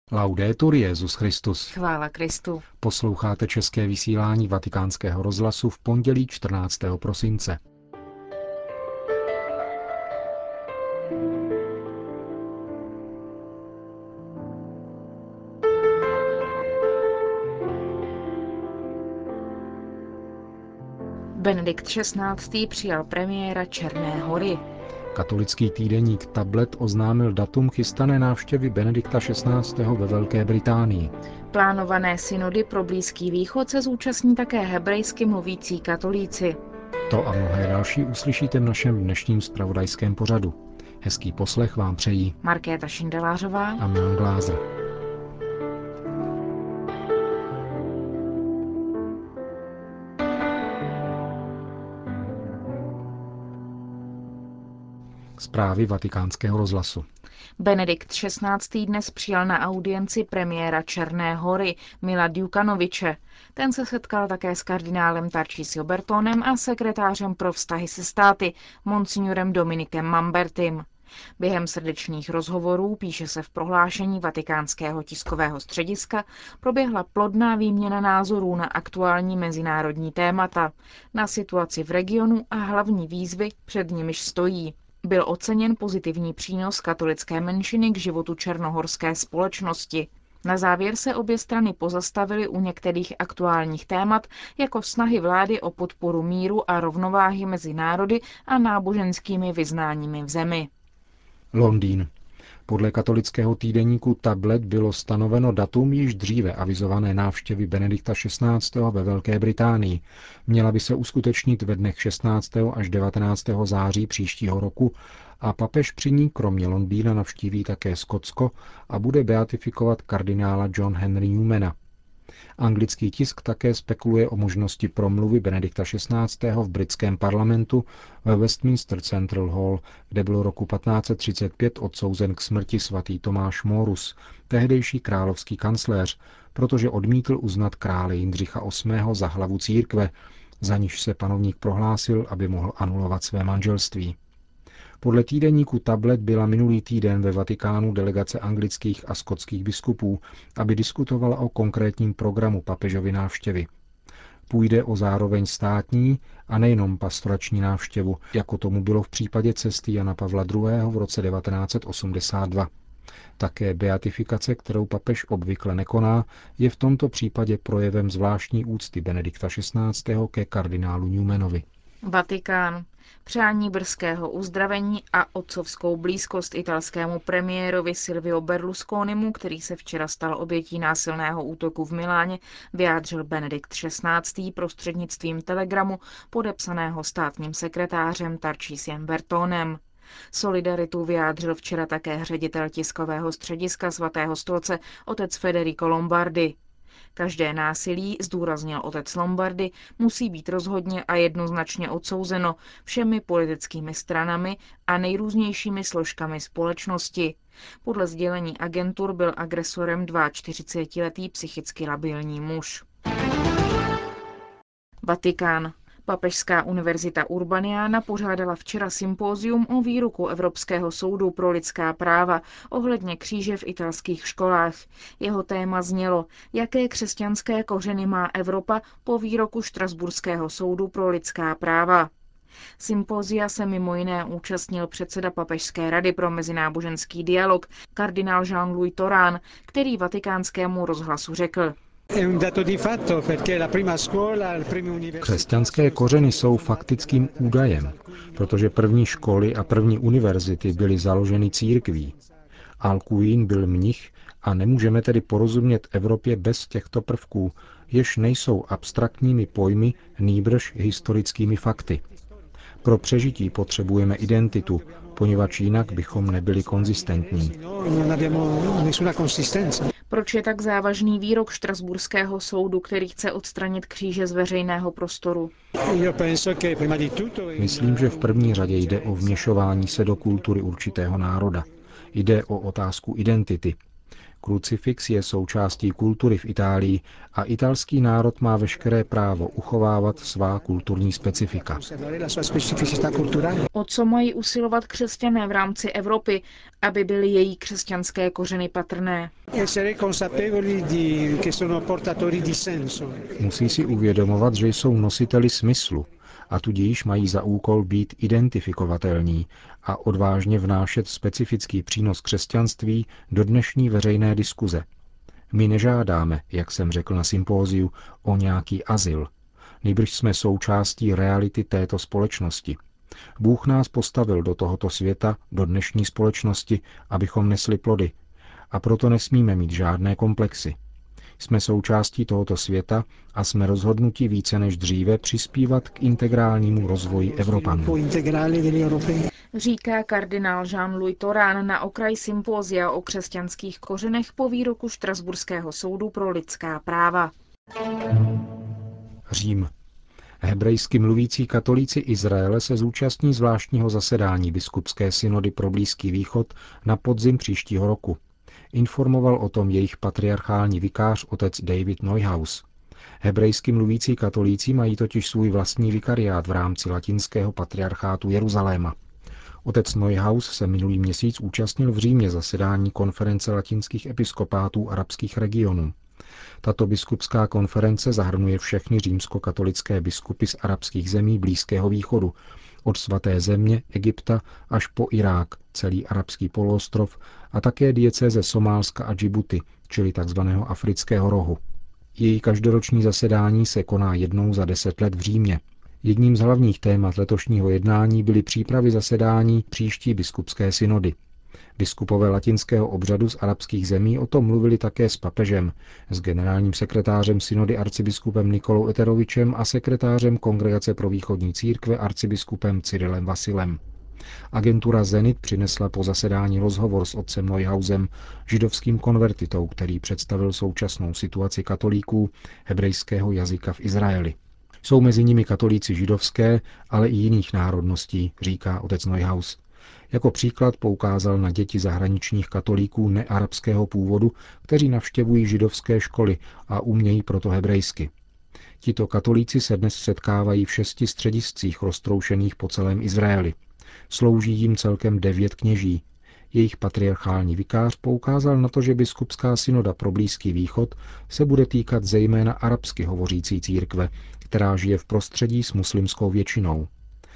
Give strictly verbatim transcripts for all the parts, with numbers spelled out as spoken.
Laudetur Jesus Christus. Chvála Kristu. Posloucháte české vysílání Vatikánského rozhlasu v pondělí čtrnáctého prosince. Benedikt šestnáctý. přijal premiéra Černé Hory. Katolický týdeník Tablet oznámil datum chystané návštěvy Benedikta šestnáctého. ve Velké Británii. Plánované synody pro Blízký východ se zúčastní také hebrejsky mluvící katolíci. To a mnohé další uslyšíte v našem dnešním zpravodajském pořadu. Hezký poslech vám přejí Markéta Šindelářová a Milan Glázer. Zprávy Vatikánského rozhlasu. Benedikt šestnáctý. dnes přijal na audienci premiéra Černé Hory Mila Djukanoviče. Ten se setkal také s kardinálem Tarcísio Bertonem a sekretářem pro vztahy se státy monsignorem Dominikem Mambertim. Během srdečných rozhovorů, píše se v prohlášení Vatikánského tiskového střediska, proběhla plodná výměna názorů na aktuální mezinárodní témata, na situaci v regionu a hlavní výzvy, před nimiž stojí. Byl oceněn pozitivní přínos katolické menšiny k životu černohorské společnosti. Na závěr se obě strany pozastavily u některých aktuálních témat, jako snahy vlády o podporu míru a rovnováhy mezi národy a náboženskými vyznáními v zemi. Londýn. Podle katolického týdeníku Tablet bylo stanoveno datum již dříve avizované návštěvy Benedikta šestnáctého. ve Velké Británii. Měla by se uskutečnit ve dnech šestnáctého až devatenáctého září příštího roku a papež při ní kromě Londýna navštíví také Skotsko a bude beatifikovat kardinála John Henry Newmana. Anglický tisk také spekuluje o možnosti promluvy Benedikta šestnáctého. v britském parlamentu ve Westminster Central Hall, kde byl roku patnáct set třicet pět odsouzen k smrti svatý Tomáš Mórus, tehdejší královský kancléř, protože odmítl uznat krále Jindřicha osmého. za hlavu církve, za níž se panovník prohlásil, aby mohl anulovat své manželství. Podle týdeníku Tablet byla minulý týden ve Vatikánu delegace anglických a skotských biskupů, aby diskutovala o konkrétním programu papežovy návštěvy. Půjde o zároveň státní a nejenom pastorační návštěvu, jako tomu bylo v případě cesty Jana Pavla druhého. v roce devatenáct set osmdesát dva. Také beatifikace, kterou papež obvykle nekoná, je v tomto případě projevem zvláštní úcty Benedikta šestnáctého. ke kardinálu Newmanovi. Vatikán. Přání brzkého uzdravení a otcovskou blízkost italskému premiérovi Silvio Berlusconimu, který se včera stal obětí násilného útoku v Miláně, vyjádřil Benedikt šestnáctý. prostřednictvím telegramu podepsaného státním sekretářem Tarcísiem Bertonem. Solidaritu vyjádřil včera také ředitel tiskového střediska Svatého stolce otec Federico Lombardi. Každé násilí, zdůraznil otec Lombardi, musí být rozhodně a jednoznačně odsouzeno všemi politickými stranami a nejrůznějšími složkami společnosti. Podle sdělení agentur byl agresorem čtyřicetiletý psychicky labilní muž. Vatikán. Papežská univerzita Urbaniana pořádala včera sympózium o výroku Evropského soudu pro lidská práva ohledně kříže v italských školách. Jeho téma znělo, jaké křesťanské kořeny má Evropa po výroku Štrasburského soudu pro lidská práva. Sympózia se mimo jiné účastnil předseda Papežské rady pro mezináboženský dialog kardinál Jean-Louis Torán, který Vatikánskému rozhlasu řekl: Křesťanské kořeny jsou faktickým údajem, protože první školy a první univerzity byly založeny církví. Alcuin byl mnich a nemůžeme tedy porozumět Evropě bez těchto prvků, jež nejsou abstraktními pojmy, nýbrž historickými fakty. Pro přežití potřebujeme identitu, poněvadž jinak bychom nebyli konzistentní. Proč je tak závažný výrok Štrasburského soudu, který chce odstranit kříže z veřejného prostoru? Myslím, že v první řadě jde o vměšování se do kultury určitého národa. Jde o otázku identity. Krucifix je součástí kultury v Itálii a italský národ má veškeré právo uchovávat svá kulturní specifika. O co mají usilovat křesťané v rámci Evropy, aby byly její křesťanské kořeny patrné? Musí si uvědomovat, že jsou nositeli smyslu a tudíž mají za úkol být identifikovatelní a odvážně vnášet specifický přínos křesťanství do dnešní veřejné diskuze. My nežádáme, jak jsem řekl na sympóziu, o nějaký azyl. Nýbrž jsme součástí reality této společnosti. Bůh nás postavil do tohoto světa, do dnešní společnosti, abychom nesli plody. A proto nesmíme mít žádné komplexy. Jsme součástí tohoto světa a jsme rozhodnuti více než dříve přispívat k integrálnímu rozvoji Evropanů. Říká kardinál Jean-Louis Torán na okraji sympózia o křesťanských kořenech po výroku Štrasburského soudu pro lidská práva. Řím. Hebrejsky mluvící katolíci Izraele se zúčastní zvláštního zasedání biskupské synody pro Blízký východ na podzim příštího roku. Informoval o tom jejich patriarchální vikář otec David Neuhaus. Hebrejsky mluvící katolíci mají totiž svůj vlastní vikariát v rámci latinského patriarchátu Jeruzaléma. Otec Neuhaus se minulý měsíc účastnil v Římě zasedání konference latinských episkopátů arabských regionů. Tato biskupská konference zahrnuje všechny římskokatolické biskupy z arabských zemí Blízkého východu, od svaté země Egypta až po Irák, celý arabský poloostrov a také diecéze Somálska a Džibuty, čili tzv. Afrického rohu. Její každoroční zasedání se koná jednou za deset let v Římě. Jedním z hlavních témat letošního jednání byly přípravy zasedání příští biskupské synody. Biskupové latinského obřadu z arabských zemí o tom mluvili také s papežem, s generálním sekretářem synody arcibiskupem Nikolou Eterovičem a sekretářem Kongregace pro východní církve arcibiskupem Cyrilem Vasilem. Agentura Zenit přinesla po zasedání rozhovor s otcem Neuhausem, židovským konvertitou, který představil současnou situaci katolíků hebrejského jazyka v Izraeli. Jsou mezi nimi katolíci židovské, ale i jiných národností, říká otec Neuhaus. Jako příklad poukázal na děti zahraničních katolíků nearabského původu, kteří navštěvují židovské školy a umějí proto hebrejsky. Tito katolíci se dnes setkávají v šesti střediscích roztroušených po celém Izraeli. Slouží jim celkem devět kněží. Jejich patriarchální vikář poukázal na to, že biskupská synoda pro Blízký východ se bude týkat zejména arabsky hovořící církve, která žije v prostředí s muslimskou většinou.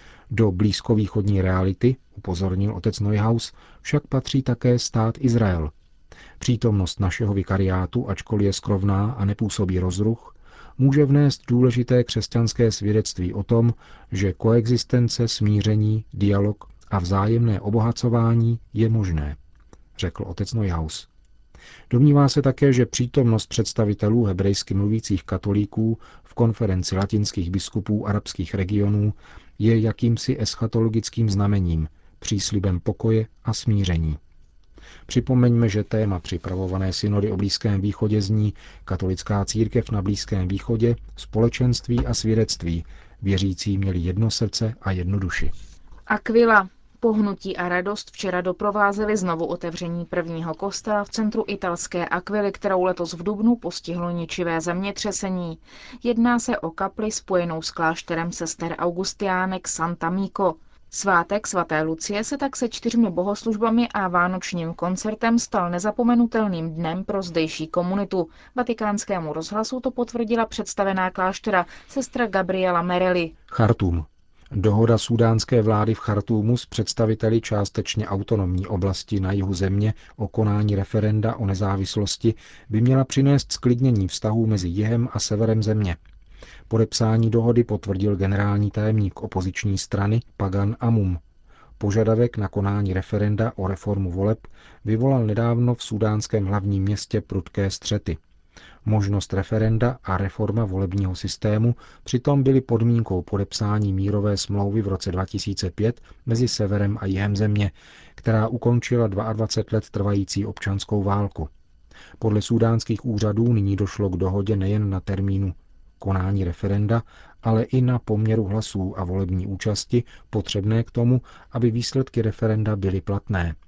Do blízkovýchodní reality, upozornil otec Neuhaus, však patří také stát Izrael. Přítomnost našeho vikariátu, ačkoliv je skrovná a nepůsobí rozruch, může vnést důležité křesťanské svědectví o tom, že koexistence, smíření, dialog a vzájemné obohacování je možné, řekl otec Neuhaus. Domnívá se také, že přítomnost představitelů hebrejsky mluvících katolíků v konferenci latinských biskupů arabských regionů je jakýmsi eschatologickým znamením, příslibem pokoje a smíření. Připomeňme, že téma připravované synody o Blízkém východě zní Katolická církev na Blízkém východě, společenství a svědectví, věřící měli jedno srdce a jednu duši. Aquila. Pohnutí a radost včera doprovázely znovu otevření prvního kostela v centru italské Aquily, kterou letos v dubnu postihlo ničivé zemětřesení. Jedná se o kapli spojenou s klášterem sester Augustiánek Santa Miko. Svátek svaté Lucie se tak se čtyřmi bohoslužbami a vánočním koncertem stal nezapomenutelným dnem pro zdejší komunitu. Vatikánskému rozhlasu to potvrdila představená kláštera sestra Gabriela Merelli. Chartum. Dohoda súdánské vlády v Chartúmu s představiteli částečně autonomní oblasti na jihu země o konání referenda o nezávislosti by měla přinést zklidnění vztahů mezi jihem a severem země. Podepsání dohody potvrdil generální tajemník opoziční strany Pagan Amum. Požadavek na konání referenda o reformu voleb vyvolal nedávno v súdánském hlavním městě prudké střety. Možnost referenda a reforma volebního systému přitom byly podmínkou podepsání mírové smlouvy v roce dva tisíce pět mezi severem a jihem země, která ukončila dvacet dva let trvající občanskou válku. Podle súdánských úřadů nyní došlo k dohodě nejen na termínu konání referenda, ale i na poměru hlasů a volební účasti potřebné k tomu, aby výsledky referenda byly platné.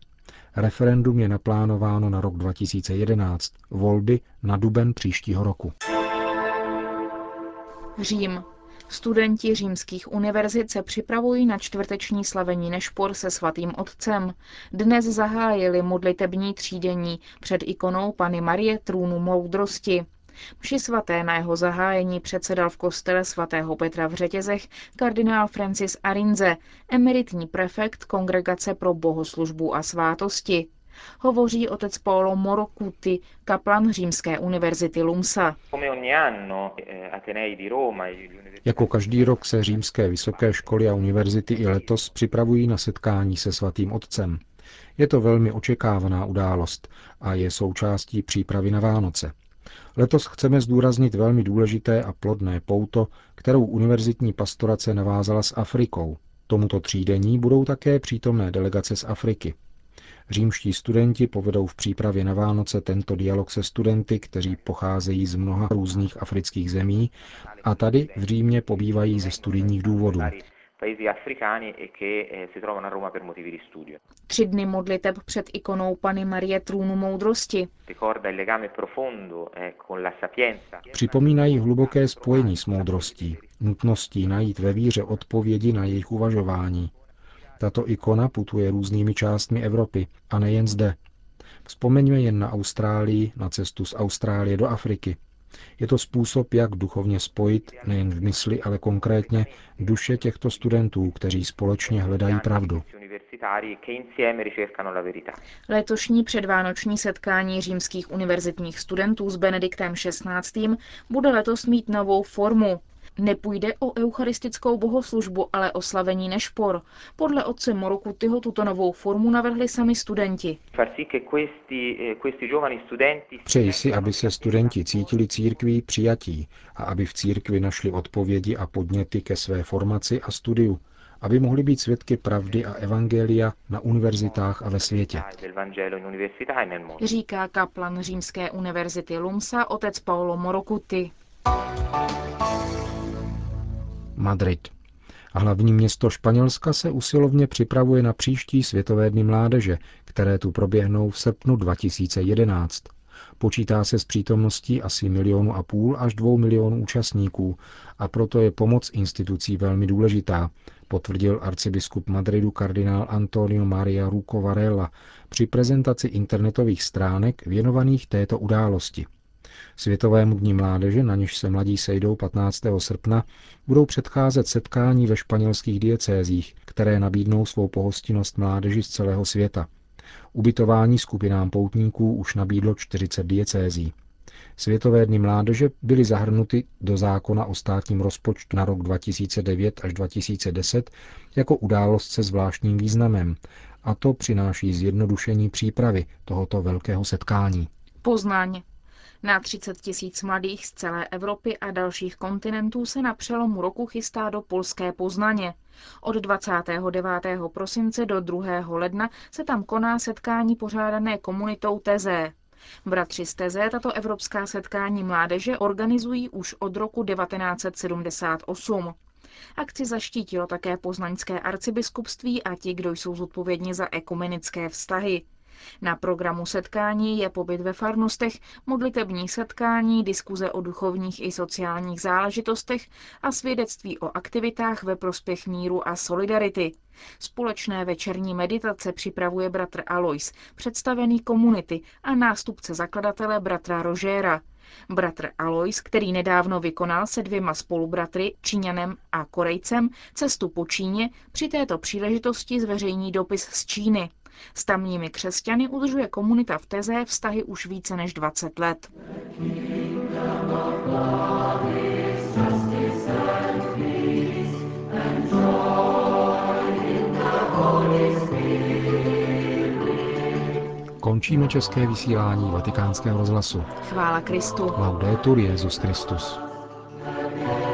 Referendum je naplánováno na rok dva tisíce jedenáct, volby na duben příštího roku. Řím. Studenti římských univerzit se připravují na čtvrteční slavení nešpor se svatým otcem. Dnes zahájili modlitební třídění před ikonou Panny Marie trůnu moudrosti. Mši svaté na jeho zahájení předsedal v kostele svatého Petra v Řetězech kardinál Francis Arinze, emeritní prefekt Kongregace pro bohoslužbu a svátosti. Hovoří otec Paolo Morocuti, kaplan Římské univerzity Lumsa. Jako každý rok se římské vysoké školy a univerzity i letos připravují na setkání se svatým otcem. Je to velmi očekávaná událost a je součástí přípravy na Vánoce. Letos chceme zdůraznit velmi důležité a plodné pouto, kterou univerzitní pastorace navázala s Afrikou. Tomuto třídení budou také přítomné delegace z Afriky. Římští studenti povedou v přípravě na Vánoce tento dialog se studenty, kteří pocházejí z mnoha různých afrických zemí a tady v Římě pobývají ze studijních důvodů. Tři dny modliteb před ikonou Panny Marie trůnu moudrosti. Připomínají hluboké spojení s moudrostí, nutností najít ve víře odpovědi na jejich uvažování. Tato ikona putuje různými částmi Evropy a nejen zde. Vzpomeňme jen na Austrálii, na cestu z Austrálie do Afriky. Je to způsob, jak duchovně spojit, nejen v mysli, ale konkrétně duše těchto studentů, kteří společně hledají pravdu. Letošní předvánoční setkání římských univerzitních studentů s Benediktem šestnáctým bude letos mít novou formu. Nepůjde o eucharistickou bohoslužbu, ale o slavení nešpor. Podle otce Morocutiho tuto novou formu navrhli sami studenti. Přeji si, aby se studenti cítili církví přijatí a aby v církvi našli odpovědi a podněty ke své formaci a studiu, aby mohli být svědky pravdy a evangelia na univerzitách a ve světě. Říká kaplan Římské univerzity Lumsa otec Paolo Morocuti. Madrid. A hlavní město Španělska se usilovně připravuje na příští Světové dny mládeže, které tu proběhnou v srpnu dva tisíce jedenáct. Počítá se s přítomností asi milionu a půl až dvou milionů účastníků a proto je pomoc institucí velmi důležitá, potvrdil arcibiskup Madridu kardinál Antonio Maria Ruco Varela při prezentaci internetových stránek věnovaných této události. Světovému dni mládeže, na něž se mladí sejdou patnáctého srpna, budou předcházet setkání ve španělských diecézích, které nabídnou svou pohostinnost mládeži z celého světa. Ubytování skupinám poutníků už nabídlo čtyřicet diecézí. Světové dny mládeže byly zahrnuty do zákona o státním rozpočtu na rok dva tisíce devět až dva tisíce deset jako událost se zvláštním významem, a to přináší zjednodušení přípravy tohoto velkého setkání. Poznaň. Na třicet tisíc mladých z celé Evropy a dalších kontinentů se na přelomu roku chystá do polské Poznaně. Od dvacátého devátého prosince do druhého ledna se tam koná setkání pořádané komunitou Tezé. Bratři z Tezé tato evropská setkání mládeže organizují už od roku devatenáct set sedmdesát osm. Akci zaštítilo také poznaňské arcibiskupství a ti, kdo jsou zodpovědní za ekumenické vztahy. Na programu setkání je pobyt ve farnostech, modlitební setkání, diskuze o duchovních i sociálních záležitostech a svědectví o aktivitách ve prospěch míru a solidarity. Společné večerní meditace připravuje bratr Alois, představený komunity a nástupce zakladatele bratra Rožéra. Bratr Alois, který nedávno vykonal se dvěma spolubratry, Číňanem a Korejcem, cestu po Číně, při této příležitosti zveřejní dopis z Číny. S tamními křesťany udržuje komunita v Tezé vztahy už více než dvacet let. Končíme české vysílání Vatikánského rozhlasu. Chvála Kristu. Laudetur Jesus Christus.